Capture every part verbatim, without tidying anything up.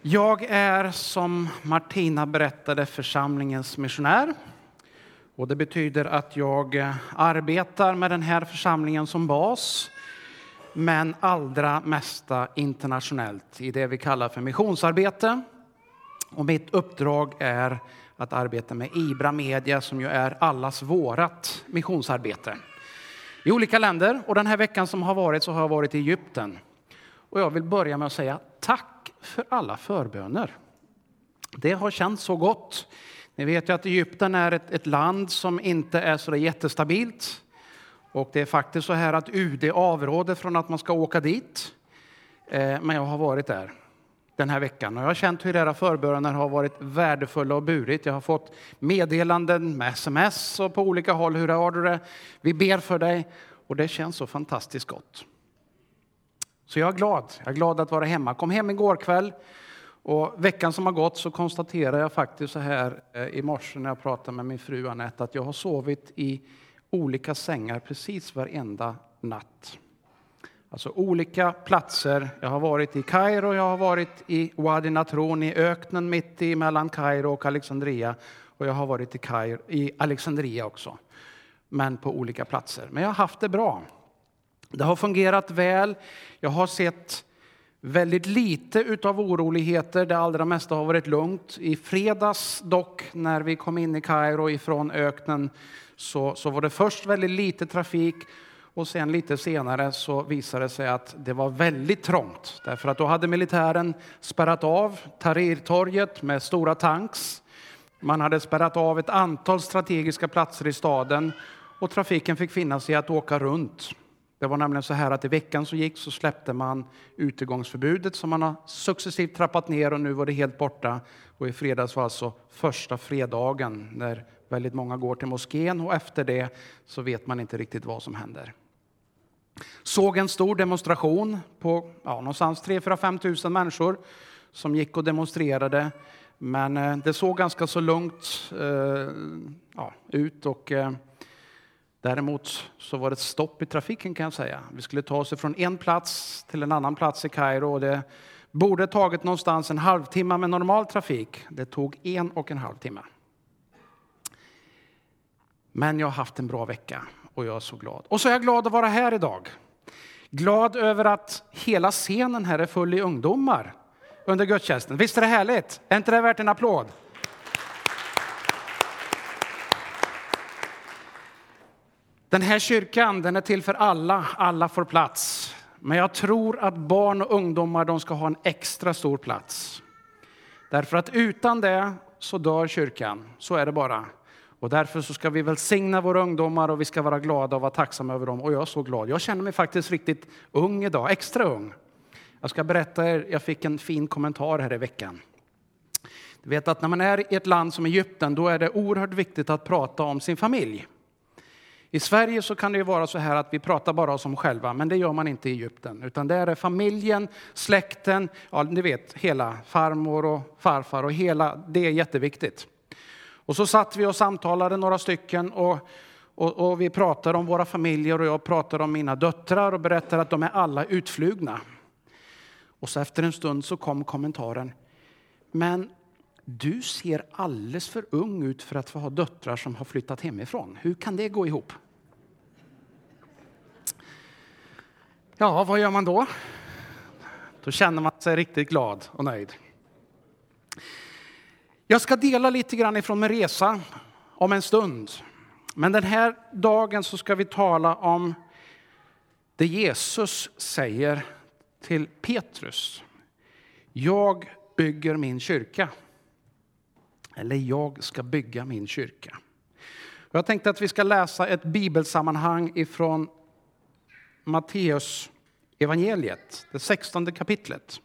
Jag är, som Martina berättade, församlingens missionär. Och det betyder att jag arbetar med den här församlingen som bas, men allra mesta internationellt i det vi kallar för missionsarbete. Och mitt uppdrag är att arbeta med Ibra Media, som ju är allas vårat missionsarbete i olika länder. Och den här veckan som har varit så har jag varit i Egypten. Och jag vill börja med att säga tack för alla förböner. Det har känts så gott. Ni vet ju att Egypten är ett, ett land som inte är så jättestabilt. Och det är faktiskt så här att U D avråder från att man ska åka dit. Eh, men jag har varit där den här veckan. Och jag har känt hur era förböner har varit värdefulla och burit. Jag har fått meddelanden med sms och på olika håll. Hur har du det? Vi ber för dig. Och det känns så fantastiskt gott. Så jag är glad. Jag är glad att vara hemma. Kom hem igår kväll. Och veckan som har gått så konstaterar jag faktiskt så här i morse när jag pratade med min fru Annette, att jag har sovit i olika sängar precis varenda natt. Alltså olika platser. Jag har varit i Kairo, jag har varit i Wadi Natron i öknen mitt i mellan Kairo och Alexandria. Och jag har varit i, Kairo, i Alexandria också. Men på olika platser. Men jag har haft det bra. Det har fungerat väl. Jag har sett väldigt lite utav oroligheter. Det allra mesta har varit lugnt. I fredags dock, när vi kom in i Kairo ifrån öknen, så, så var det först väldigt lite trafik. Och sen lite senare så visade det sig att det var väldigt trångt. Därför att då hade militären spärrat av Tahrir-torget med stora tanks. Man hade spärrat av ett antal strategiska platser i staden. Och trafiken fick finna sig att åka runt. Det var nämligen så här att i veckan så gick så släppte man utegångsförbudet som man har successivt trappat ner och nu var det helt borta. Och i fredags var alltså första fredagen när väldigt många går till moskén och efter det så vet man inte riktigt vad som händer. Såg en stor demonstration på ja, någonstans tre till fem tusen människor som gick och demonstrerade. Men det såg ganska så lugnt eh, ja, ut och... Eh, Däremot så var det ett stopp i trafiken kan jag säga. Vi skulle ta oss från en plats till en annan plats i Kairo. Och det borde tagit någonstans en halvtimme med normal trafik. Det tog en och en halv timme. Men jag har haft en bra vecka och jag är så glad. Och så är jag glad att vara här idag. Glad över att hela scenen här är full i ungdomar under gudstjänsten. Visst är det härligt? Är inte det värt en applåd? Den här kyrkan, den är till för alla. Alla får plats. Men jag tror att barn och ungdomar, de ska ha en extra stor plats. Därför att utan det så dör kyrkan. Så är det bara. Och därför så ska vi välsigna våra ungdomar och vi ska vara glada och vara tacksamma över dem. Och jag är så glad. Jag känner mig faktiskt riktigt ung idag. Extra ung. Jag ska berätta er, jag fick en fin kommentar här i veckan. Du vet att när man är i ett land som Egypten, då är det oerhört viktigt att prata om sin familj. I Sverige så kan det ju vara så här att vi pratar bara om själva, men det gör man inte i Egypten. Utan det är familjen, släkten, ja ni vet, hela farmor och farfar och hela, det är jätteviktigt. Och så satt vi och samtalade några stycken och, och, och vi pratade om våra familjer och jag pratade om mina döttrar och berättade att de är alla utflugna. Och så efter en stund så kom kommentaren, men du ser alldeles för ung ut för att få ha döttrar som har flyttat hemifrån. Hur kan det gå ihop? Ja, vad gör man då? Då känner man sig riktigt glad och nöjd. Jag ska dela lite grann ifrån min resa om en stund. Men den här dagen så ska vi tala om det Jesus säger till Petrus. Jag bygger min kyrka. Eller jag ska bygga min kyrka. Jag tänkte att vi ska läsa ett bibelsammanhang ifrån Matteus evangeliet, det sextonde kapitlet.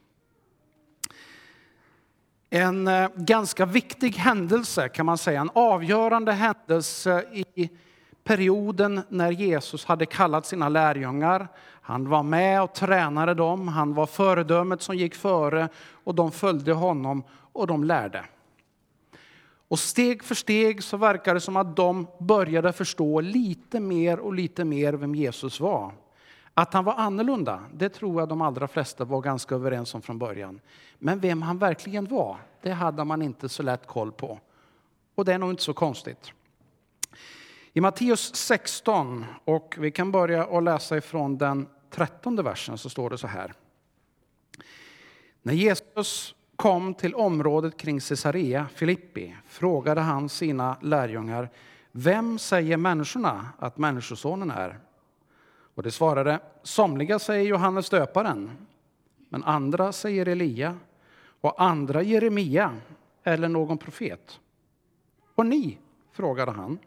En ganska viktig händelse kan man säga, en avgörande händelse i perioden när Jesus hade kallat sina lärjungar. Han var med och tränade dem, han var föredömet som gick före och de följde honom och de lärde. Och steg för steg så verkar det som att de började förstå lite mer och lite mer vem Jesus var. Att han var annorlunda, det tror jag de allra flesta var ganska överens om från början. Men vem han verkligen var, det hade man inte så lätt koll på. Och det är nog inte så konstigt. I Matteus sexton, och vi kan börja och läsa ifrån den trettonde versen, så står det så här. När Jesus kom till området kring Caesarea Filippi frågade han sina lärjungar: vem säger människorna att människosonen är? Och det svarade: somliga säger Johannes döparen, men andra säger Elia, och andra Jeremia eller någon profet. Och ni, frågade han,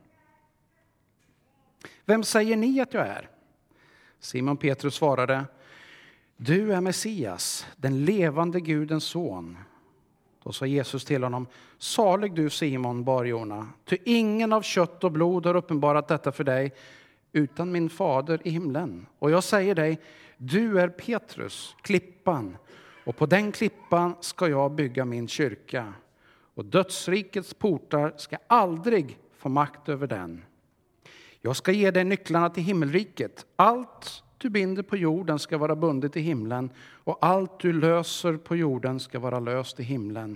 vem säger ni att jag är? Simon Petrus svarade: du är Messias, den levande Gudens son. Då sa Jesus till honom: salig du Simon Barjona, ty ingen av kött och blod har uppenbarat detta för dig, utan min fader i himlen. Och jag säger dig, du är Petrus, klippan, och på den klippan ska jag bygga min kyrka. Och dödsrikets portar ska aldrig få makt över den. Jag ska ge dig nycklarna till himmelriket. Allt du binder på jorden ska vara bundet i himlen, och allt du löser på jorden ska vara löst i himlen.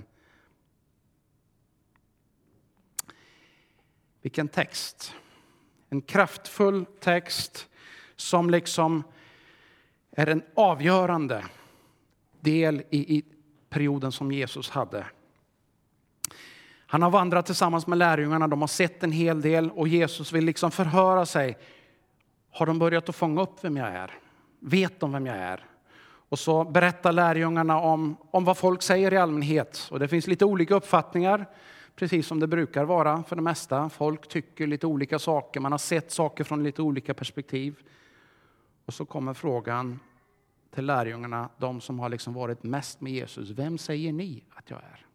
Vilken text. En kraftfull text som liksom är en avgörande del i, i perioden som Jesus hade. Han har vandrat tillsammans med lärjungarna, de har sett en hel del, och Jesus vill liksom förhöra sig. Har de börjat att fånga upp vem jag är? Vet de vem jag är? Och så berättar lärjungarna om, om vad folk säger i allmänhet. Och det finns lite olika uppfattningar, precis som det brukar vara för det mesta. Folk tycker lite olika saker, man har sett saker från lite olika perspektiv. Och så kommer frågan till lärjungarna, de som har liksom varit mest med Jesus: vem säger ni att jag är?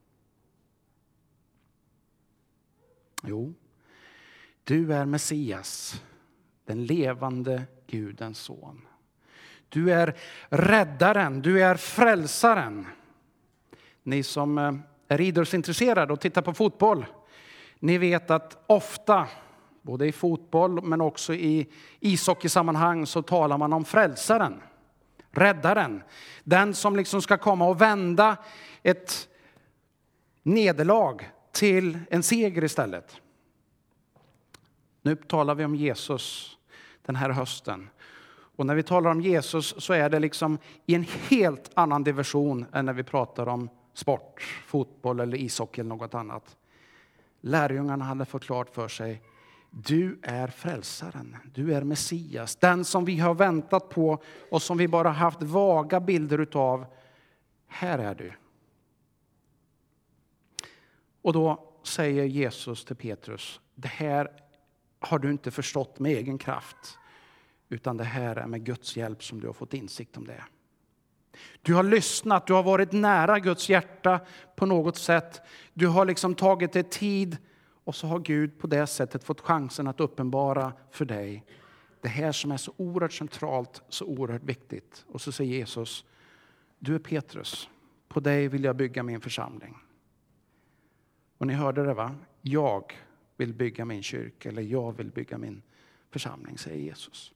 Jo, du är Messias, den levande Gudens son. Du är räddaren, du är frälsaren. Ni som är idrottsintresserade och tittar på fotboll, ni vet att ofta, både i fotboll men också i ishockeysammanhang, så talar man om frälsaren, räddaren. Den som liksom ska komma och vända ett nederlag till en seger istället. Nu talar vi om Jesus den här hösten. Och när vi talar om Jesus så är det liksom i en helt annan division än när vi pratar om sport, fotboll eller ishockey eller något annat. Lärjungarna hade fått klart för sig: du är frälsaren, du är Messias, den som vi har väntat på och som vi bara haft vaga bilder utav. Här är du. Och då säger Jesus till Petrus: det här har du inte förstått med egen kraft, utan det här är med Guds hjälp som du har fått insikt om det. Du har lyssnat, du har varit nära Guds hjärta på något sätt. Du har liksom tagit dig tid, och så har Gud på det sättet fått chansen att uppenbara för dig det här som är så oerhört centralt, så oerhört viktigt. Och så säger Jesus: du är Petrus, på dig vill jag bygga min församling. Och ni hörde det, va? Jag vill bygga min kyrka, eller jag vill bygga min församling, säger Jesus.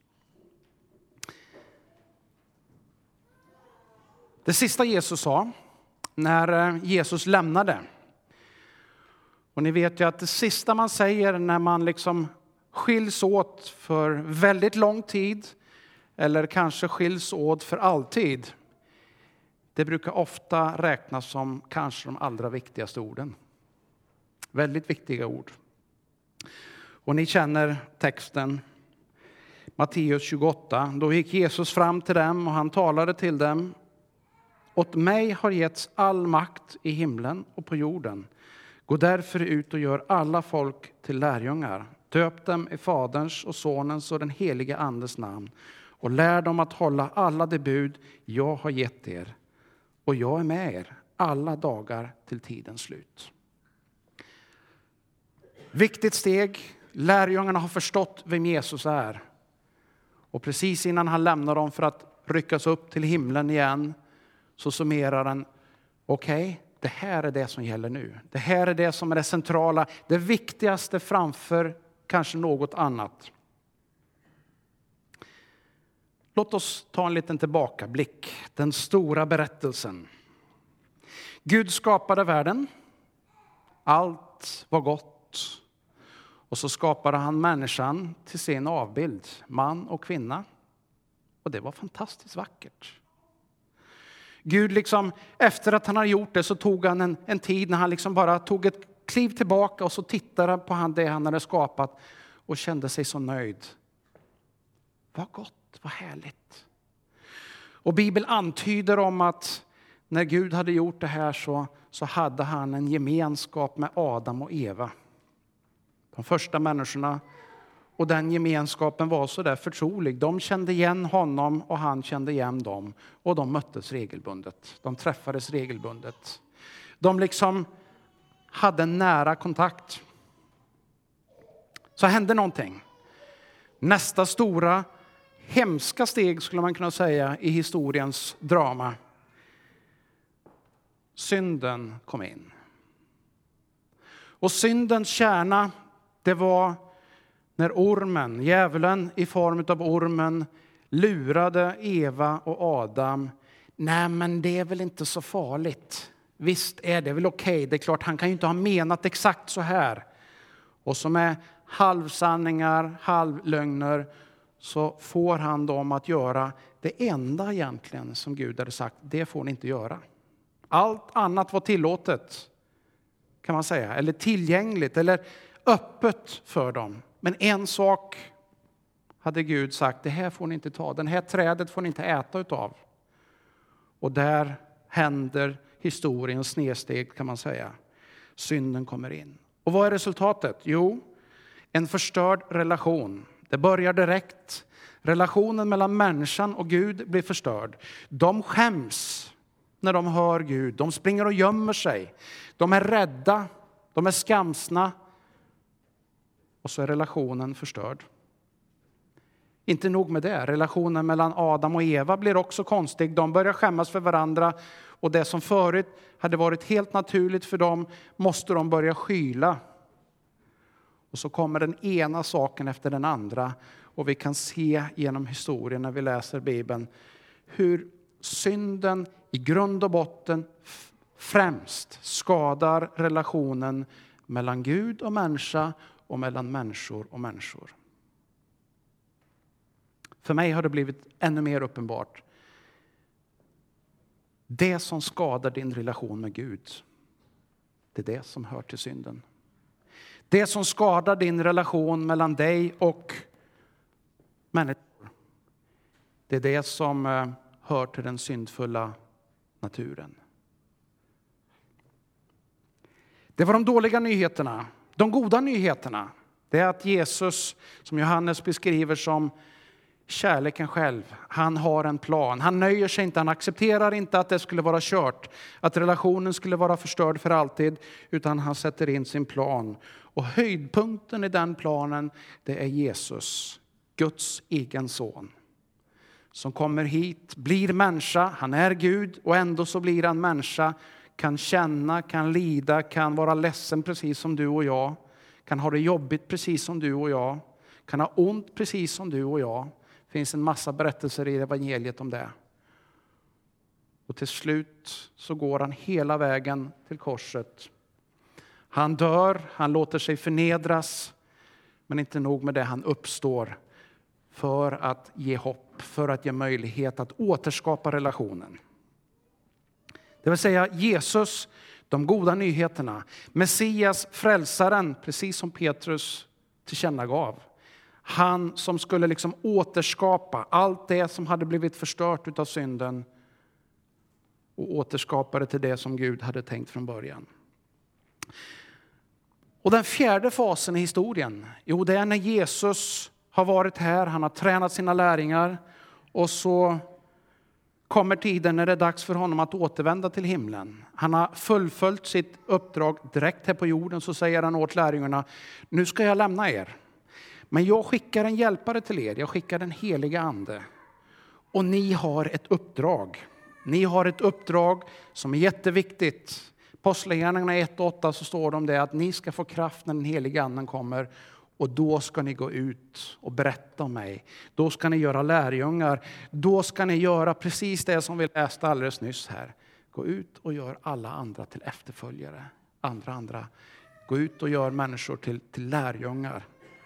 Det sista Jesus sa när Jesus lämnade. Och ni vet ju att det sista man säger när man liksom skiljs åt för väldigt lång tid, eller kanske skiljs åt för alltid, det brukar ofta räknas som kanske de allra viktigaste orden. Väldigt viktiga ord. Och ni känner texten. Matteus tjugoåtta. Då gick Jesus fram till dem och han talade till dem: åt mig har getts all makt i himlen och på jorden. Gå därför ut och gör alla folk till lärjungar. Döp dem i Faderns och Sonens och den heliga Andes namn. Och lär dem att hålla alla de bud jag har gett er. Och jag är med er alla dagar till tidens slut. Viktigt steg. Lärjungarna har förstått vem Jesus är. Och precis innan han lämnar dem för att ryckas upp till himlen igen, så summerar han: okej, okay, det här är det som gäller nu. Det här är det som är det centrala, det viktigaste framför kanske något annat. Låt oss ta en liten tillbakablick. Den stora berättelsen. Gud skapade världen. Allt var gott. Och så skapade han människan till sin avbild. Man och kvinna. Och det var fantastiskt vackert. Gud liksom, efter att han hade gjort det så tog han en, en tid när han liksom bara tog ett kliv tillbaka och så tittade på han, det han hade skapat och kände sig så nöjd. Vad gott, vad härligt. Och Bibeln antyder om att när Gud hade gjort det här så, så hade han en gemenskap med Adam och Eva. De första människorna. Och den gemenskapen var så där förtrolig. De kände igen honom och han kände igen dem. Och de möttes regelbundet. De träffades regelbundet. De liksom hade en nära kontakt. Så hände någonting. Nästa stora, hemska steg skulle man kunna säga i historiens drama. Synden kom in. Och syndens kärna, det var när ormen, djävulen i form av ormen, lurade Eva och Adam. Nej, men det är väl inte så farligt. Visst är det väl okej. Okay. Det är klart, han kan ju inte ha menat exakt så här. Och som är halvsanningar, halvlögner, så får han dem att göra det enda egentligen som Gud hade sagt. Det får ni inte göra. Allt annat var tillåtet, kan man säga. Eller tillgängligt, eller öppet för dem. Men en sak hade Gud sagt, det här får ni inte ta. Den här trädet får ni inte äta utav. Och där händer historiens snedsteg, kan man säga. Synden kommer in. Och vad är resultatet? Jo, en förstörd relation. Det börjar direkt. Relationen mellan människan och Gud blir förstörd. De skäms när de hör Gud. De springer och gömmer sig. De är rädda. De är skamsna. Och så är relationen förstörd. Inte nog med det. Relationen mellan Adam och Eva blir också konstig. De börjar skämmas för varandra. Och det som förut hade varit helt naturligt för dem måste de börja skyla. Och så kommer den ena saken efter den andra. Och vi kan se genom historien när vi läser Bibeln hur synden i grund och botten främst skadar relationen mellan Gud och människa och mellan människor och människor. För mig har det blivit ännu mer uppenbart. Det som skadar din relation med Gud, det är det som hör till synden. Det som skadar din relation mellan dig och människor, det är det som hör till den syndfulla naturen. Det var de dåliga nyheterna. De goda nyheterna, det är att Jesus, som Johannes beskriver som kärleken själv, han har en plan. Han nöjer sig inte, han accepterar inte att det skulle vara kört. Att relationen skulle vara förstörd för alltid, utan han sätter in sin plan. Och höjdpunkten i den planen, det är Jesus, Guds egen son. Som kommer hit, blir människa, han är Gud och ändå så blir han människa. Kan känna, kan lida, kan vara ledsen precis som du och jag. Kan ha det jobbigt precis som du och jag. Kan ha ont precis som du och jag. Det finns en massa berättelser i evangeliet om det. Och till slut så går han hela vägen till korset. Han dör, han låter sig förnedras. Men inte nog med det, han uppstår för att ge hopp. För att ge möjlighet att återskapa relationen. Det vill säga Jesus, de goda nyheterna. Messias, frälsaren, precis som Petrus tillkännagav. Han som skulle liksom återskapa allt det som hade blivit förstört av synden. Och återskapa det till det som Gud hade tänkt från början. Och den fjärde fasen i historien, jo det är när Jesus har varit här, han har tränat sina lärjungar. Och så kommer tiden när det är dags för honom att återvända till himlen. Han har fullföljt sitt uppdrag direkt här på jorden. Så säger han åt lärjungarna, nu ska jag lämna er. Men jag skickar en hjälpare till er. Jag skickar den heliga ande. Och ni har ett uppdrag. Ni har ett uppdrag som är jätteviktigt. Apostlagärningarna ett och åtta så står det om det att ni ska få kraft när den heliga anden kommer. Och då ska ni gå ut och berätta om mig. Då ska ni göra lärjungar. Då ska ni göra precis det som vi läste alldeles nyss här. Gå ut och gör alla andra till efterföljare. Andra andra. Gå ut och gör människor till, till lärjungar.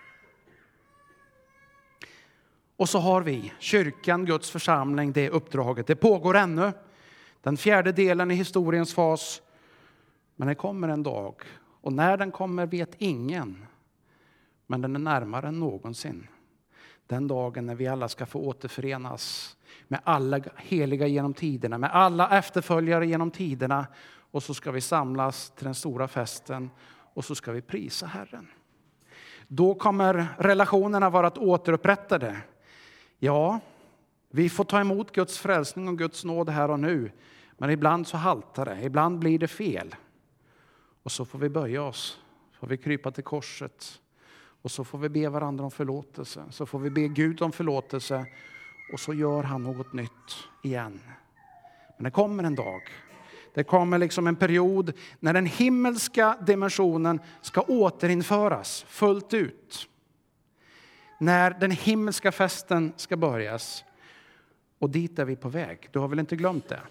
Och så har vi kyrkan, Guds församling, det uppdraget. Det pågår ännu. Den fjärde delen i historiens fas. Men det kommer en dag. Och när den kommer vet ingen. Men den är närmare än någonsin. Den dagen när vi alla ska få återförenas med alla heliga genom tiderna. Med alla efterföljare genom tiderna. Och så ska vi samlas till den stora festen. Och så ska vi prisa Herren. Då kommer relationerna vara återupprättade. Ja, vi får ta emot Guds frälsning och Guds nåd här och nu. Men ibland så haltar det. Ibland blir det fel. Och så får vi böja oss. Får vi krypa till korset. Och så får vi be varandra om förlåtelse. Så får vi be Gud om förlåtelse. Och så gör han något nytt igen. Men det kommer en dag. Det kommer liksom en period när den himmelska dimensionen ska återinföras fullt ut. När den himmelska festen ska börjas. Och dit är vi på väg. Du har väl inte glömt det?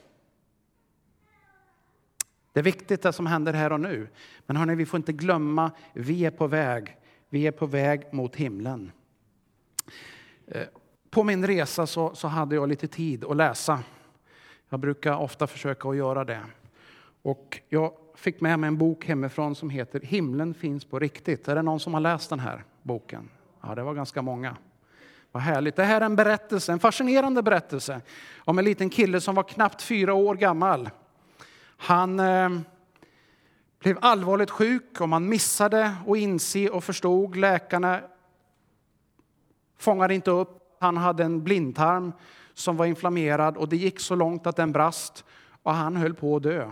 Det är viktigt det som händer här och nu. Men hörni, vi får inte glömma, vi är på väg. Vi är på väg mot himlen. På min resa så, så hade jag lite tid att läsa. Jag brukar ofta försöka att göra det. Och jag fick med mig en bok hemifrån som heter Himlen finns på riktigt. Är det någon som har läst den här boken? Ja, det var ganska många. Vad härligt. Det här är en berättelse, en fascinerande berättelse om en liten kille som var knappt fyra år gammal. Han eh, blev allvarligt sjuk och man missade och inse och förstod. Läkarna fångade inte upp. Han hade en blindtarm som var inflammerad och det gick så långt att den brast och han höll på att dö.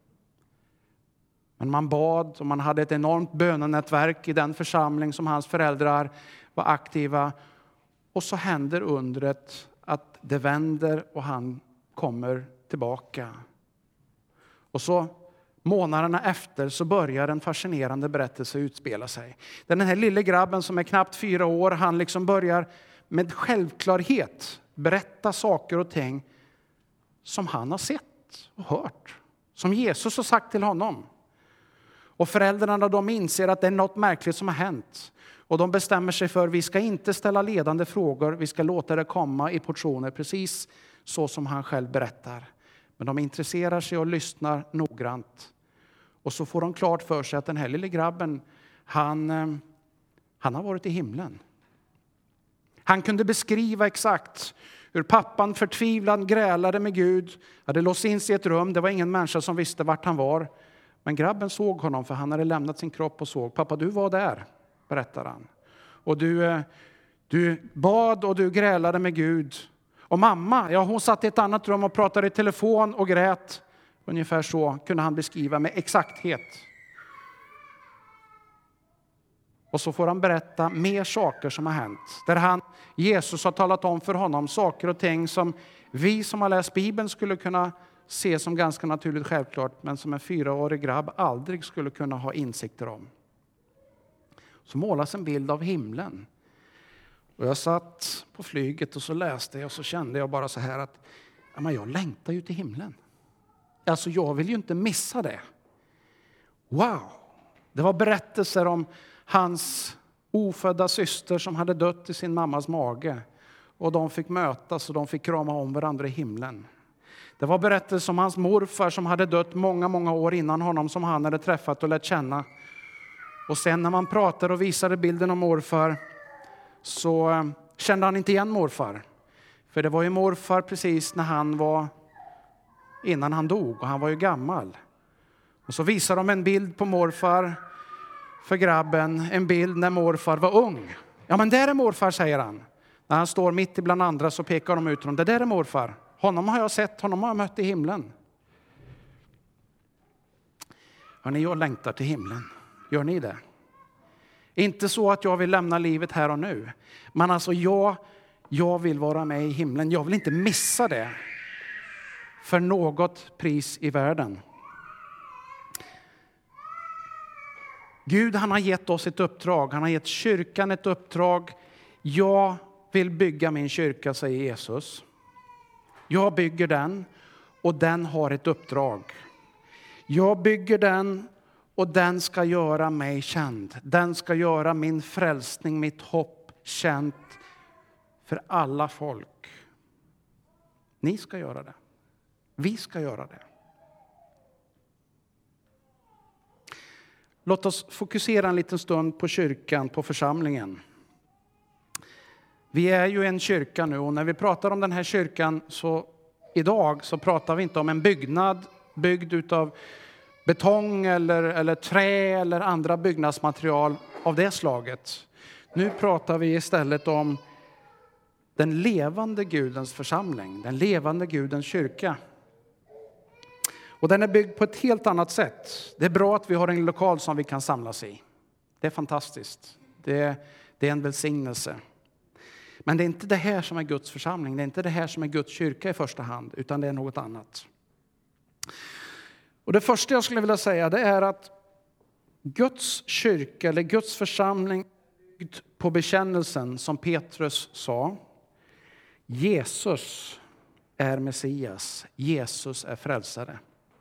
Men man bad och man hade ett enormt bönenätverk i den församling som hans föräldrar var aktiva. Och så händer undret att det vänder och han kommer tillbaka. Och så månaderna efter så börjar en fascinerande berättelse utspela sig. Den här lille grabben som är knappt fyra år, han liksom börjar med självklarhet berätta saker och ting som han har sett och hört. Som Jesus har sagt till honom. Och föräldrarna de inser att det är något märkligt som har hänt. Och de bestämmer sig för att vi ska inte ställa ledande frågor. Vi ska låta det komma i portioner precis så som han själv berättar. Men de intresserar sig och lyssnar noggrant. Och så får de klart för sig att den här lille grabben, han, han har varit i himlen. Han kunde beskriva exakt hur pappan förtvivlad grälade med Gud. Hade låst in sig i ett rum. Det var ingen människa som visste vart han var. Men grabben såg honom för han hade lämnat sin kropp och såg. Pappa, du var där, berättar han. Och du, du bad och du grälade med Gud. Och mamma, ja, hon satt i ett annat rum och pratade i telefon och grät. Ungefär så kunde han beskriva med exakthet. Och så får han berätta mer saker som har hänt. Där han, Jesus har talat om för honom saker och ting som vi som har läst Bibeln skulle kunna se som ganska naturligt självklart. Men som en fyraårig grabb aldrig skulle kunna ha insikter om. Så målas en bild av himlen. Och jag satt på flyget och så läste jag och så kände jag bara så här att ja, men jag längtar ju till himlen. Alltså jag vill ju inte missa det. Wow! Det var berättelser om hans ofödda syster som hade dött i sin mammas mage. Och de fick mötas och de fick krama om varandra i himlen. Det var berättelser om hans morfar som hade dött många, många år innan honom som han hade träffat och lärt känna. Och sen när man pratade och visade bilden om morfar så kände han inte igen morfar. För det var ju morfar precis när han var innan han dog och han var ju gammal. Och så visar de en bild på morfar för grabben, en bild när morfar var ung. Ja men där är morfar, säger han. När han står mitt ibland andra så pekar de ut honom. Det där är morfar. Honom har jag sett, honom har jag mött i himlen. Hörrni, jag längtar till himlen. Gör ni det? Inte så att jag vill lämna livet här och nu. Men alltså jag, jag vill vara med i himlen. Jag vill inte missa det. För något pris i världen. Gud, han har gett oss ett uppdrag. Han har gett kyrkan ett uppdrag. Jag vill bygga min kyrka, säger Jesus. Jag bygger den och den har ett uppdrag. Jag bygger den och den ska göra mig känd. Den ska göra min frälsning, mitt hopp känt för alla folk. Ni ska göra det. Vi ska göra det. Låt oss fokusera en liten stund på kyrkan, på församlingen. Vi är ju en kyrka nu och när vi pratar om den här kyrkan så idag så pratar vi inte om en byggnad byggd utav betong eller, eller trä eller andra byggnadsmaterial av det slaget. Nu pratar vi istället om den levande Gudens församling, den levande Gudens kyrka. Och den är byggd på ett helt annat sätt. Det är bra att vi har en lokal som vi kan samlas i. Det är fantastiskt. Det är, det är en välsignelse. Men det är inte det här som är Guds församling. Det är inte det här som är Guds kyrka i första hand. Utan det är något annat. Och det första jag skulle vilja säga det är att Guds kyrka eller Guds församling är byggd på bekännelsen som Petrus sa. Jesus är Messias. Jesus är frälsare.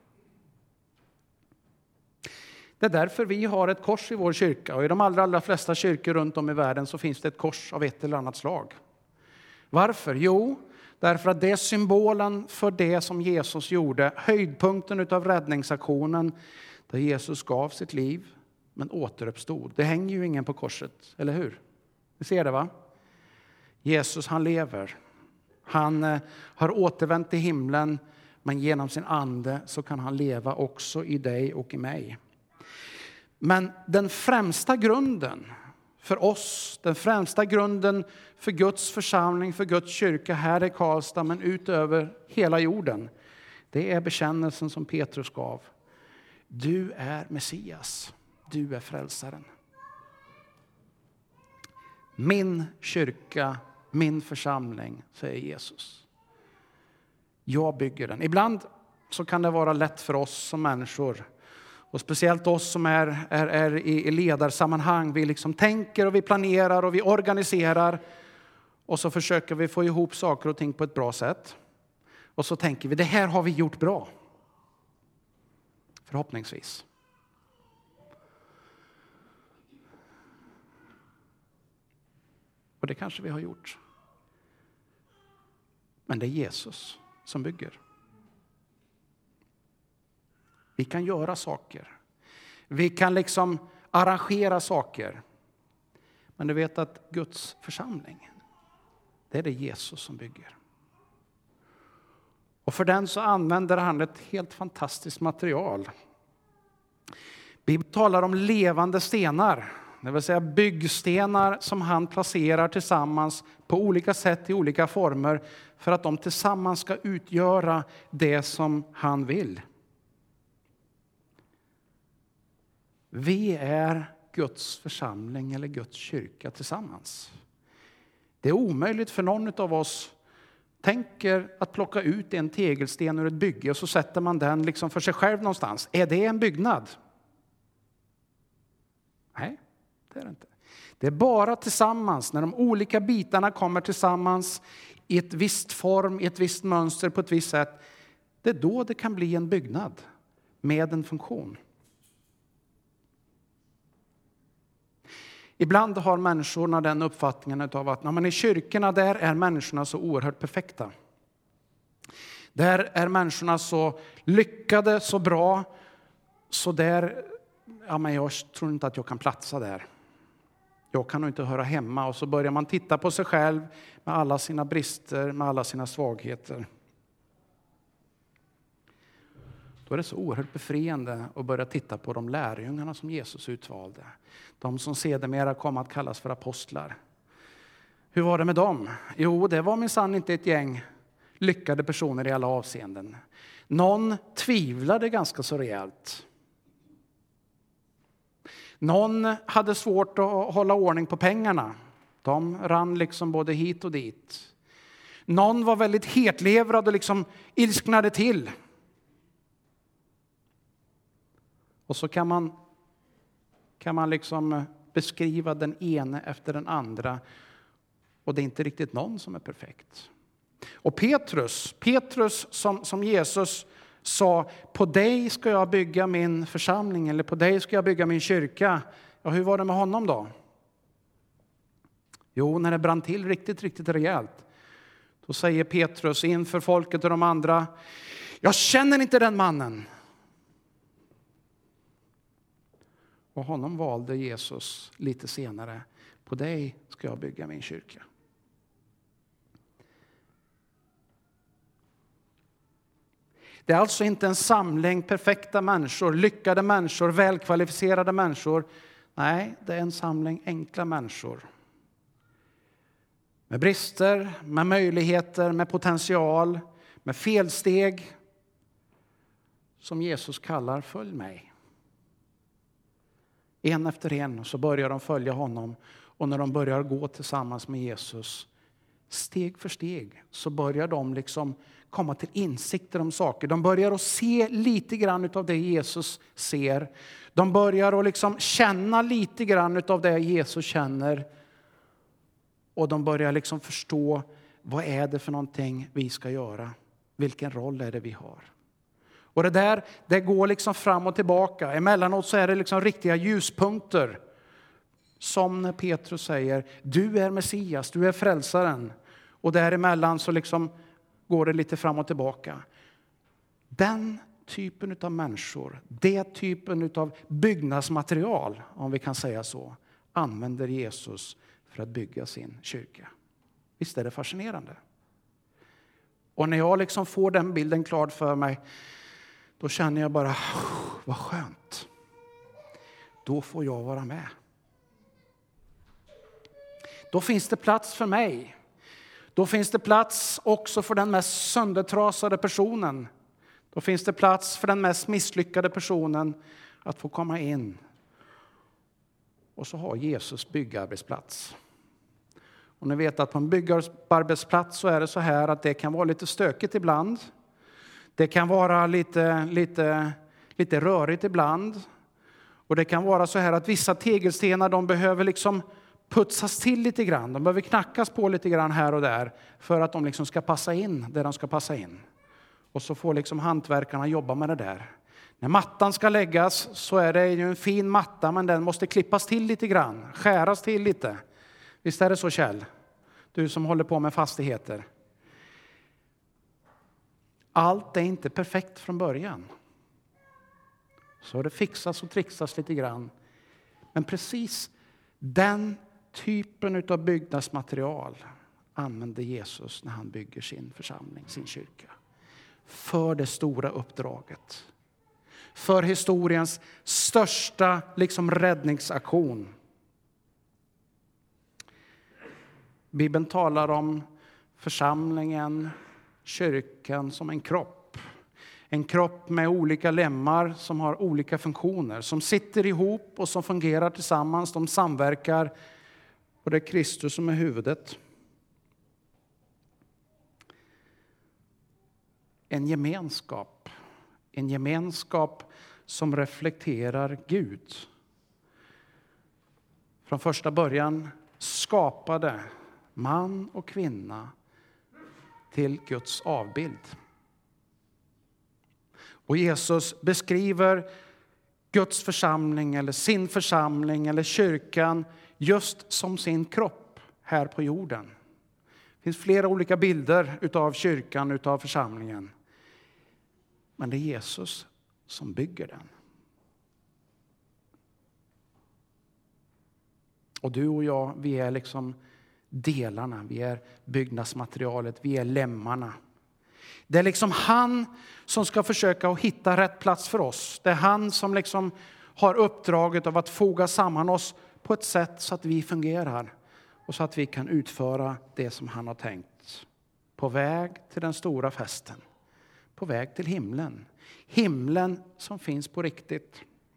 Det är därför vi har ett kors i vår kyrka. Och i de allra, allra flesta kyrkor runt om i världen så finns det ett kors av ett eller annat slag. Varför? Jo, därför att det är symbolen för det som Jesus gjorde. Höjdpunkten utav räddningsaktionen där Jesus gav sitt liv men återuppstod. Det hänger ju ingen på korset, eller hur? Ni ser det, va? Jesus, han lever. Han eh, har återvänt till himlen, men genom sin ande så kan han leva också i dig och i mig. Men den främsta grunden för oss, den främsta grunden för Guds församling, för Guds kyrka här i Karlstad, men utöver hela jorden, det är bekännelsen som Petrus gav. Du är Messias, du är frälsaren. Min kyrka, min församling, säger Jesus. Jag bygger den. Ibland så kan det vara lätt för oss som människor. Och speciellt oss som är, är, är i ledarsammanhang. Vi liksom tänker och vi planerar och vi organiserar. Och så försöker vi få ihop saker och ting på ett bra sätt. Och så tänker vi, det här har vi gjort bra. Förhoppningsvis. Och det kanske vi har gjort. Men det är Jesus som bygger. Vi kan göra saker. Vi kan liksom arrangera saker. Men du vet att Guds församling, det är det Jesus som bygger. Och för den så använder han ett helt fantastiskt material. Bibeln talar om levande stenar. Det vill säga byggstenar som han placerar tillsammans på olika sätt i olika former. För att de tillsammans ska utgöra det som han vill. Vi är Guds församling eller Guds kyrka tillsammans. Det är omöjligt för någon av oss tänker att plocka ut en tegelsten ur ett bygge och så sätter man den liksom för sig själv någonstans. Är det en byggnad? Nej, det är det inte. Det är bara tillsammans, när de olika bitarna kommer tillsammans i ett visst form, i ett visst mönster, på ett visst sätt. Det är då det kan bli en byggnad med en funktion. Ibland har människorna den uppfattningen av att när man är i kyrkorna, där är människorna så oerhört perfekta. Där är människorna så lyckade, så bra, så där, ja men jag tror inte att jag kan platsa där. Jag kan nog inte höra hemma. Och så börjar man titta på sig själv med alla sina brister, med alla sina svagheter. Då är det så oerhört befriande att börja titta på de lärjungarna som Jesus utvalde. De som sedermera kom att kallas för apostlar. Hur var det med dem? Jo, det var minsann inte ett gäng lyckade personer i alla avseenden. Någon tvivlade ganska så rejält. Någon hade svårt att hålla ordning på pengarna. De rann liksom både hit och dit. Någon var väldigt hetlevrad och liksom ilsknade till. Och så kan man kan man liksom beskriva den ene efter den andra. Och det är inte riktigt någon som är perfekt. Och Petrus, Petrus som, som Jesus sa, på dig ska jag bygga min församling, eller på dig ska jag bygga min kyrka. Ja, hur var det med honom då? Jo, när det brann till riktigt, riktigt rejält. Då säger Petrus inför folket och de andra, jag känner inte den mannen. Och honom valde Jesus lite senare. På dig ska jag bygga min kyrka. Det är alltså inte en samling perfekta människor, lyckade människor, välkvalificerade människor. Nej, det är en samling enkla människor. Med brister, med möjligheter, med potential, med felsteg. Som Jesus kallar, följ mig. En efter en så börjar de följa honom. Och när de börjar gå tillsammans med Jesus, steg för steg, så börjar de liksom komma till insikter om saker. De börjar att se lite grann av det Jesus ser. De börjar att liksom känna lite grann av det Jesus känner. Och de börjar liksom förstå, vad är det för någonting vi ska göra? Vilken roll är det vi har? Och det där, det går liksom fram och tillbaka. Emellanåt så är det liksom riktiga ljuspunkter. Som när Petrus säger, du är Messias, du är frälsaren. Och däremellan så liksom går det lite fram och tillbaka. Den typen av människor, det typen av byggnadsmaterial, om vi kan säga så, använder Jesus för att bygga sin kyrka. Visst är det fascinerande? Och när jag liksom får den bilden klar för mig, då känner jag bara, vad skönt. Då får jag vara med. Då finns det plats för mig. Då finns det plats också för den mest söndertrasade personen. Då finns det plats för den mest misslyckade personen att få komma in. Och så har Jesus byggarbetsplats. Och ni vet att på en byggarbetsplats så är det så här att det kan vara lite stökigt ibland. Det kan vara lite, lite, lite rörigt ibland. Och det kan vara så här att vissa tegelstenar, de behöver liksom putsas till lite grann. De behöver knackas på lite grann här och där för att de liksom ska passa in där de ska passa in. Och så får liksom hantverkarna jobba med det där. När mattan ska läggas så är det ju en fin matta, men den måste klippas till lite grann. Skäras till lite. Visst är det så, Kjell? Du som håller på med fastigheter. Allt är inte perfekt från början. Så det fixas och trixas lite grann. Men precis den typen av byggnadsmaterial använder Jesus när han bygger sin församling, sin kyrka. För det stora uppdraget. För historiens största liksom räddningsaktion. Bibeln talar om församlingen, kyrkan som en kropp. En kropp med olika lemmar som har olika funktioner. Som sitter ihop och som fungerar tillsammans. De samverkar. Och det är Kristus som är huvudet. En gemenskap. En gemenskap som reflekterar Gud. Från första början skapade man och kvinna till Guds avbild. Och Jesus beskriver Guds församling eller sin församling eller kyrkan just som sin kropp här på jorden. Det finns flera olika bilder utav kyrkan, utav församlingen. Men det är Jesus som bygger den. Och du och jag, vi är liksom delarna, vi är byggnadsmaterialet, vi är lemmarna. Det är liksom han som ska försöka att hitta rätt plats för oss. Det är han som liksom har uppdraget av att foga samman oss på ett sätt så att vi fungerar. Och så att vi kan utföra det som han har tänkt. På väg till den stora festen. På väg till himlen. Himlen som finns på riktigt.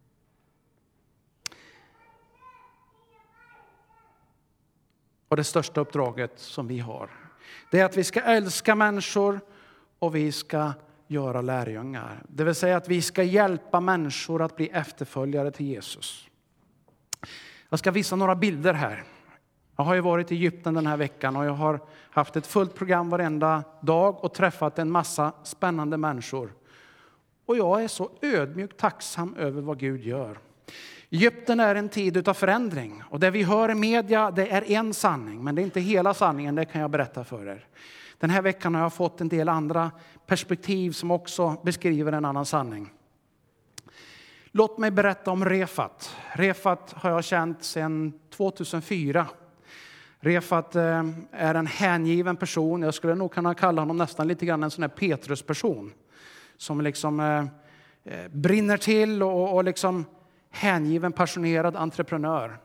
Och det största uppdraget som vi har, det är att vi ska älska människor och vi ska göra lärjungar. Det vill säga att vi ska hjälpa människor att bli efterföljare till Jesus. Jag ska visa några bilder här. Jag har ju varit i Egypten den här veckan och jag har haft ett fullt program varenda dag och träffat en massa spännande människor. Och jag är så ödmjukt tacksam över vad Gud gör. Egypten är en tid av förändring och det vi hör i media, det är en sanning, men det är inte hela sanningen, det kan jag berätta för er. Den här veckan har jag fått en del andra perspektiv som också beskriver en annan sanning. Låt mig berätta om Refat. Refat har jag känt sedan tvåtusenfyra. Refat är en hängiven person. Jag skulle nog kunna kalla honom nästan lite grann en sån här Petrus-person. Som liksom eh, brinner till och, och liksom hängiven, passionerad entreprenör.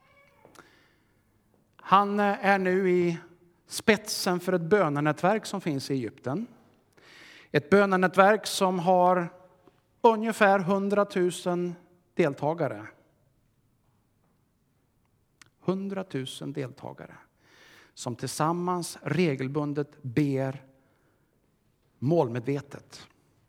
Han är nu i spetsen för ett bönenätverk som finns i Egypten. Ett bönenätverk som har ungefär hundratusen deltagare. hundratusen deltagare som tillsammans regelbundet ber målmedvetet.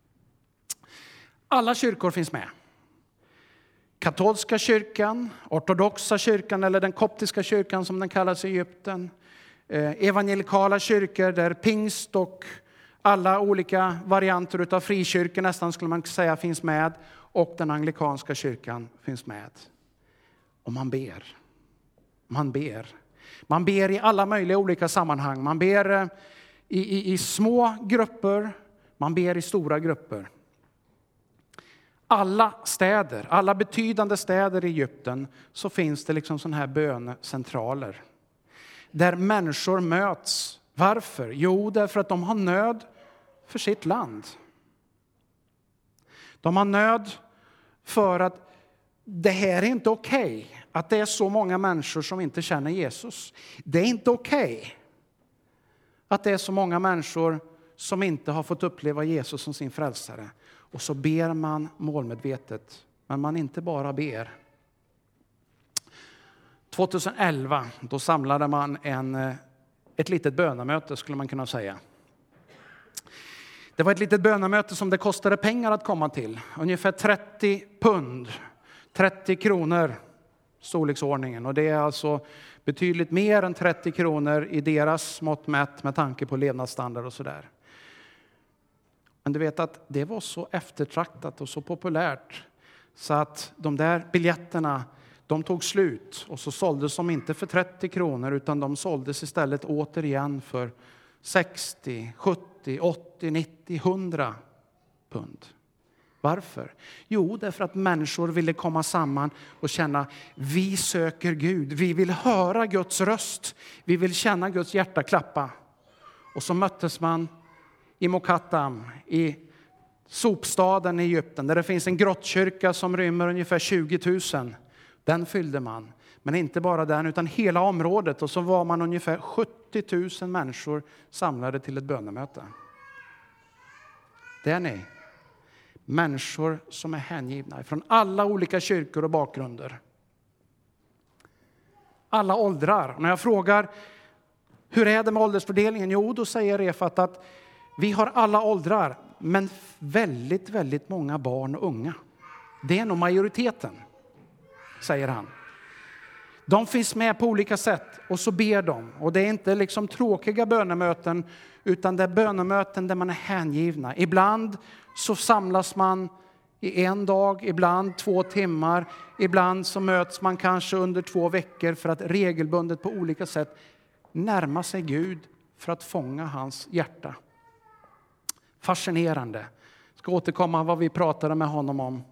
Alla kyrkor finns med. Katolska kyrkan, ortodoxa kyrkan eller den koptiska kyrkan som den kallas i Egypten. Evangelikala kyrkor där pingst och alla olika varianter utav frikyrkor nästan skulle man säga finns med. Och den anglikanska kyrkan finns med. Och man ber. Man ber. Man ber i alla möjliga olika sammanhang. Man ber i, i, i små grupper. Man ber i stora grupper. Alla städer, alla betydande städer i Egypten så finns det liksom sådana här bönecentraler. Där människor möts. Varför? Jo, därför att de har nöd för sitt land. De har nöd för att det här är inte okej. Okay, att det är så många människor som inte känner Jesus. Det är inte okej. Okay, att det är så många människor som inte har fått uppleva Jesus som sin frälsare. Och så ber man målmedvetet. Men man inte bara ber. tjugoelva då samlade man en, ett litet bönamöte skulle man kunna säga. Det var ett litet bönamöte som det kostade pengar att komma till. Ungefär trettio pund. trettio kronor storleksordningen. Och det är alltså betydligt mer än trettio kronor i deras mått mätt med tanke på levnadsstandard och sådär. Men du vet att det var så eftertraktat och så populärt så att de där biljetterna de tog slut och så såldes de inte för trettio kronor utan de såldes istället återigen för sextio, sjuttio, åttio, nittio, hundra pund. Varför? Jo, därför att människor ville komma samman och känna vi söker Gud. Vi vill höra Guds röst. Vi vill känna Guds hjärta klappa. Och så möttes man i Mokattam, i sopstaden i Egypten, där det finns en grottkyrka som rymmer ungefär tjugo tusen. Den fyllde man. Men inte bara den, utan hela området. Och så var man ungefär sjuttio tusen människor samlade till ett bönemöte. Det är ni. Människor som är hängivna från alla olika kyrkor och bakgrunder. Alla åldrar. Och när jag frågar hur är det med åldersfördelningen? Jo, då säger Refat att vi har alla åldrar, men väldigt, väldigt många barn och unga. Det är nog majoriteten, säger han. De finns med på olika sätt och så ber de. Och det är inte liksom tråkiga bönemöten utan det är bönemöten där man är hängivna. Ibland så samlas man i en dag, ibland två timmar. Ibland så möts man kanske under två veckor för att regelbundet på olika sätt närma sig Gud för att fånga hans hjärta. Fascinerande. Jag ska återkomma vad vi pratade med honom om.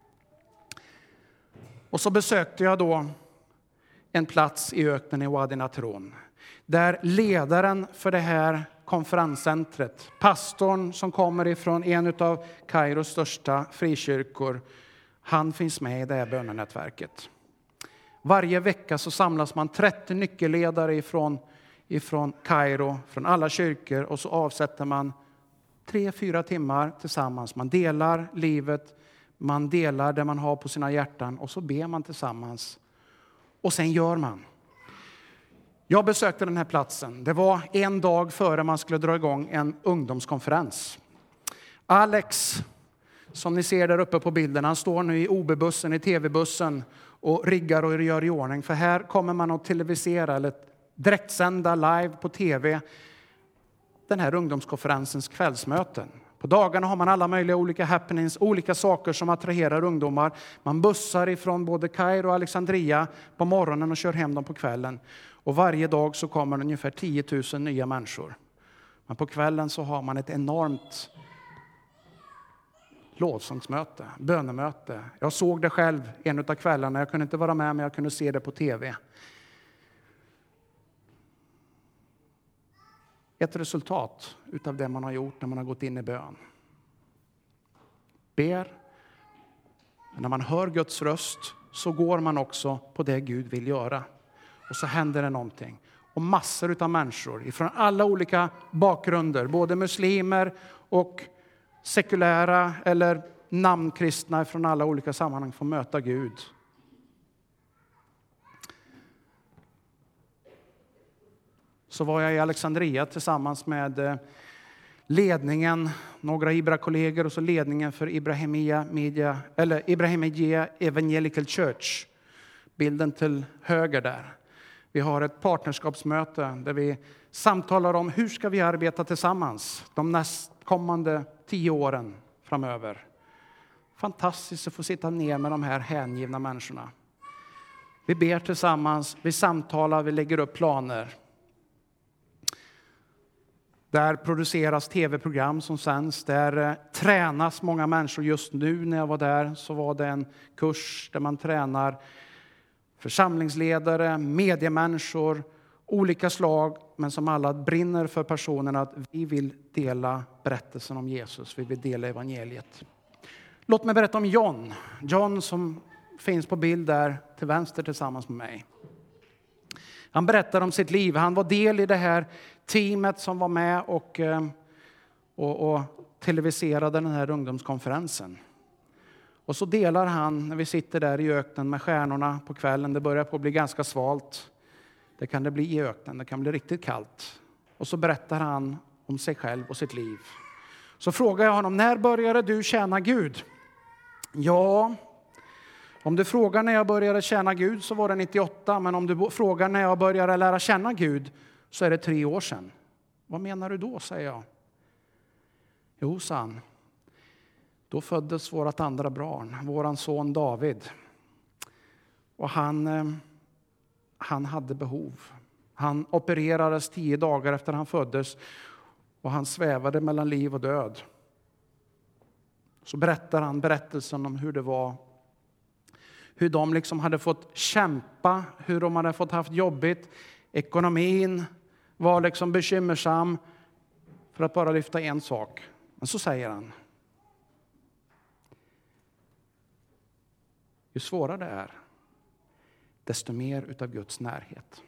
Och så besökte jag då en plats i öknen i Wadi Natron. Där ledaren för det här konferenscentret, pastorn som kommer ifrån en av Kairos största frikyrkor, han finns med i det här bönenätverket. Varje vecka så samlas man trettio nyckelledare ifrån, ifrån Kairo, från alla kyrkor och så avsätter man tre, fyra timmar tillsammans. Man delar livet, man delar det man har på sina hjärtan och så ber man tillsammans. Och sen gör man. Jag besökte den här platsen. Det var en dag före man skulle dra igång en ungdomskonferens. Alex, som ni ser där uppe på bilden. Han står nu i O B-bussen, i tv-bussen och riggar och gör i ordning. För här kommer man att televisera eller direktsända live på tv den här ungdomskonferensens kvällsmöten. På dagarna har man alla möjliga olika happenings, olika saker som attraherar ungdomar. Man bussar ifrån både Kairo och Alexandria på morgonen och kör hem dem på kvällen. Och varje dag så kommer det ungefär tio tusen nya människor. Men på kvällen så har man ett enormt lovsångsmöte, bönemöte. Jag såg det själv en av kvällarna. Jag kunde inte vara med, men jag kunde se det på tv. Ett resultat utav det man har gjort när man har gått in i bön. Ber. Men när man hör Guds röst så går man också på det Gud vill göra. Och så händer det någonting. Och massor utav människor från alla olika bakgrunder, både muslimer och sekulära eller namnkristna från alla olika sammanhang, får möta Gud. Så var jag i Alexandria tillsammans med ledningen, några Ibra-kollegor och så ledningen för Ibrahimia Media, eller Ibrahimia Evangelical Church. Bilden till höger där. Vi har ett partnerskapsmöte där vi samtalar om hur ska vi arbeta tillsammans de nästkommande tio åren framöver. Fantastiskt att få sitta ner med de här hängivna människorna. Vi ber tillsammans, vi samtalar, vi lägger upp planer. Där produceras tv-program som sänds. Där eh, tränas många människor. Just nu när jag var där så var det en kurs där man tränar församlingsledare, mediemänniskor, olika slag. Men som alla brinner för personen att vi vill dela berättelsen om Jesus. Vi vill dela evangeliet. Låt mig berätta om John. John som finns på bild där till vänster tillsammans med mig. Han berättar om sitt liv. Han var del i det här teamet som var med och, och, och televiserade den här ungdomskonferensen. Och så delar han när vi sitter där i öknen med stjärnorna på kvällen. Det börjar på att bli ganska svalt. Det kan det bli i öknen. Det kan bli riktigt kallt. Och så berättar han om sig själv och sitt liv. Så frågar jag honom, när började du tjäna Gud? Ja, om du frågar när jag började tjäna Gud så var det nittioåtta. Men om du frågar när jag började lära känna Gud så är det tre år sedan. Vad menar du då, säger jag. Jo, sa han. Då föddes vårt andra barn, våran son David. Och han, han hade behov. Han opererades tio dagar efter han föddes. Och han svävade mellan liv och död. Så berättar han berättelsen om hur det var. Hur de liksom hade fått kämpa. Hur de hade fått haft jobbigt. Ekonomin var liksom bekymmersam. För att bara lyfta en sak. Men så säger han. Ju svårare det är, desto mer utav Guds närhet.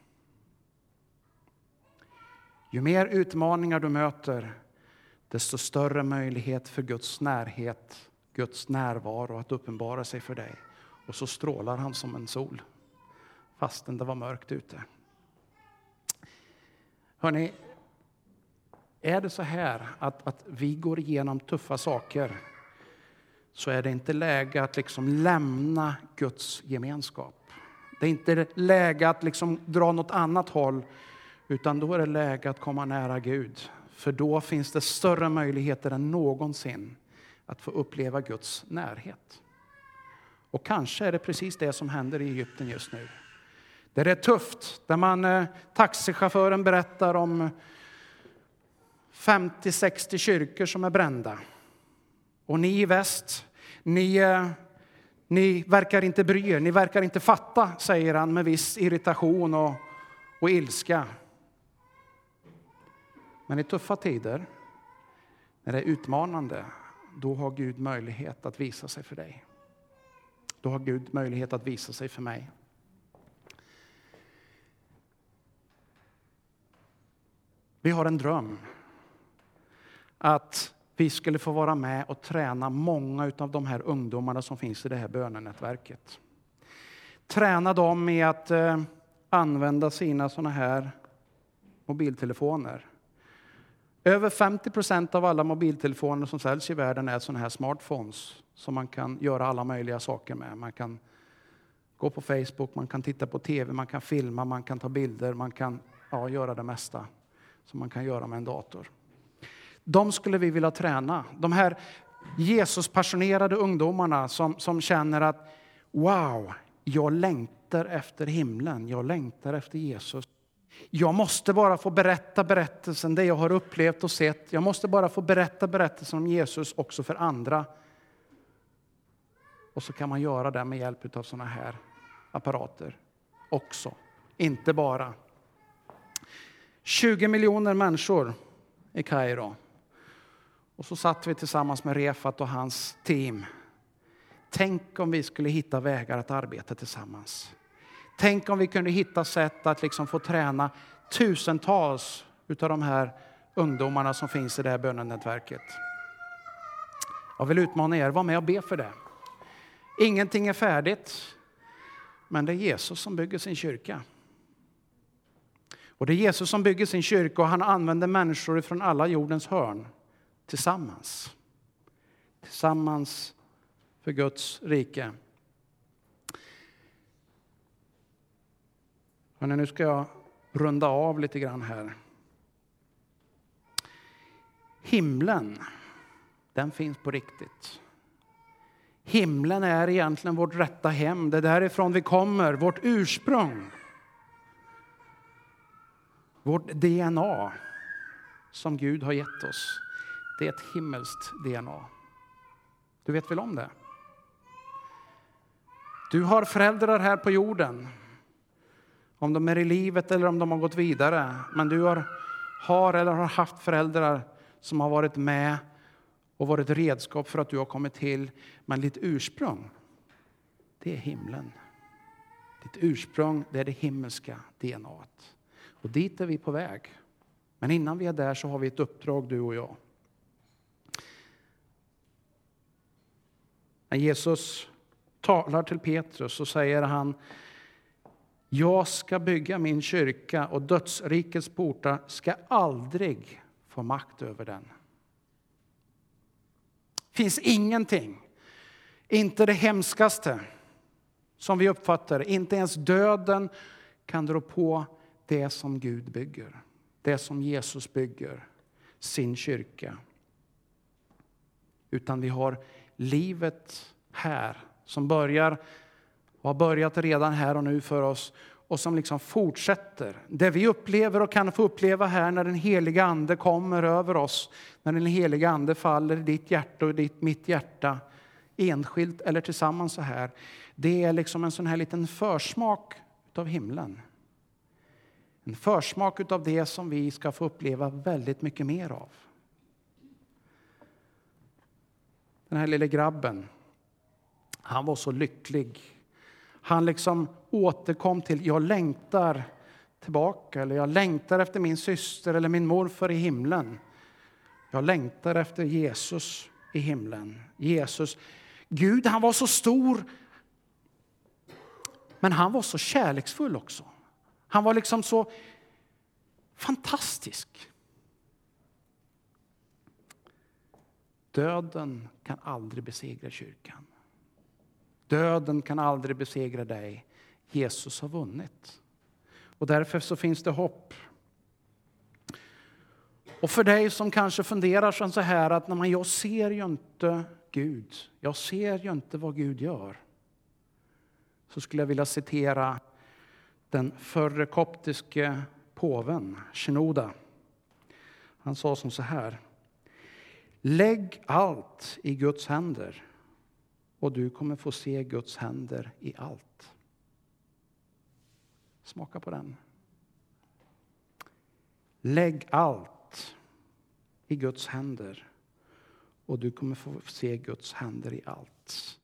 Ju mer utmaningar du möter, desto större möjlighet för Guds närhet, Guds närvaro att uppenbara sig för dig. Och så strålar han som en sol, fastän det var mörkt ute. Hörrni, är det så här att, att vi går igenom tuffa saker, så är det inte läge att liksom lämna Guds gemenskap. Det är inte läge att liksom dra något annat håll, utan då är det läge att komma nära Gud. För då finns det större möjligheter än någonsin att få uppleva Guds närhet. Och kanske är det precis det som händer i Egypten just nu. Där det är tufft, där man, eh, taxichauffören berättar om femtio sextio kyrkor som är brända. Och ni i väst, ni, eh, ni verkar inte bry er, ni verkar inte fatta, säger han med viss irritation och, och ilska. Men i tuffa tider, när det är utmanande, då har Gud möjlighet att visa sig för dig. Då har Gud möjlighet att visa sig för mig. Vi har en dröm att vi skulle få vara med och träna många av de här ungdomarna som finns i det här bönenätverket. Träna dem i att eh, använda sina såna här mobiltelefoner. Över femtio procent av alla mobiltelefoner som säljs i världen är sådana här smartphones som man kan göra alla möjliga saker med. Man kan gå på Facebook, man kan titta på tv, man kan filma, man kan ta bilder, man kan ja, göra det mesta som man kan göra med en dator. De skulle vi vilja träna. De här Jesus-passionerade ungdomarna som, som känner att wow, jag längtar efter himlen, jag längtar efter Jesus. Jag måste bara få berätta berättelsen, det jag har upplevt och sett. Jag måste bara få berätta berättelsen om Jesus också för andra. Och så kan man göra det med hjälp av sådana här apparater också. Inte bara. tjugo miljoner människor i Kairo. Och så satt vi tillsammans med Refat och hans team. Tänk om vi skulle hitta vägar att arbeta tillsammans. Tänk om vi kunde hitta sätt att liksom få träna tusentals utav de här ungdomarna som finns i det här bönenätverket. Jag vill utmana er, var med och be för det. Ingenting är färdigt, men det är Jesus som bygger sin kyrka. Och det är Jesus som bygger sin kyrka och han använder människor från alla jordens hörn tillsammans. Tillsammans för Guds rike. Och nu ska jag runda av lite grann här. Himlen, den finns på riktigt. Himlen är egentligen vårt rätta hem. Det är därifrån vi kommer, vårt ursprung. Vårt D N A som Gud har gett oss. Det är ett himmelskt D N A. Du vet väl om det? Du har föräldrar här på jorden. Om de är i livet eller om de har gått vidare. Men du har, har eller har haft föräldrar som har varit med och varit redskap för att du har kommit till. Men ditt ursprung, det är himlen. Ditt ursprung, det är det himmelska D N A. Och dit är vi på väg. Men innan vi är där så har vi ett uppdrag, du och jag. När Jesus talar till Petrus så säger han: jag ska bygga min kyrka och dödsrikets portar ska aldrig få makt över den. Finns ingenting, inte det hemskaste som vi uppfattar, inte ens döden kan dra på det som Gud bygger. Det som Jesus bygger, sin kyrka. Utan vi har livet här som börjar och har börjat redan här och nu för oss. Och som liksom fortsätter. Det vi upplever och kan få uppleva här när den heliga ande kommer över oss. När den heliga ande faller i ditt hjärta och ditt, mitt hjärta. Enskilt eller tillsammans så här. Det är liksom en sån här liten försmak av himlen. En försmak av det som vi ska få uppleva väldigt mycket mer av. Den här lilla grabben. Han var så lycklig. Han liksom återkom till, jag längtar tillbaka. Eller jag längtar efter min syster eller min morfar i himlen. Jag längtar efter Jesus i himlen. Jesus. Gud, han var så stor. Men han var så kärleksfull också. Han var liksom så fantastisk. Döden kan aldrig besegra kyrkan. Döden kan aldrig besegra dig. Jesus har vunnit. Och därför så finns det hopp. Och för dig som kanske funderar så här att nej, men jag ser ju inte Gud. Jag ser ju inte vad Gud gör. Så skulle jag vilja citera den förre koptiske påven, Shinoda. Han sa som så här: lägg allt i Guds händer och du kommer få se Guds händer i allt. Smaka på den. Lägg allt i Guds händer och du kommer få se Guds händer i allt.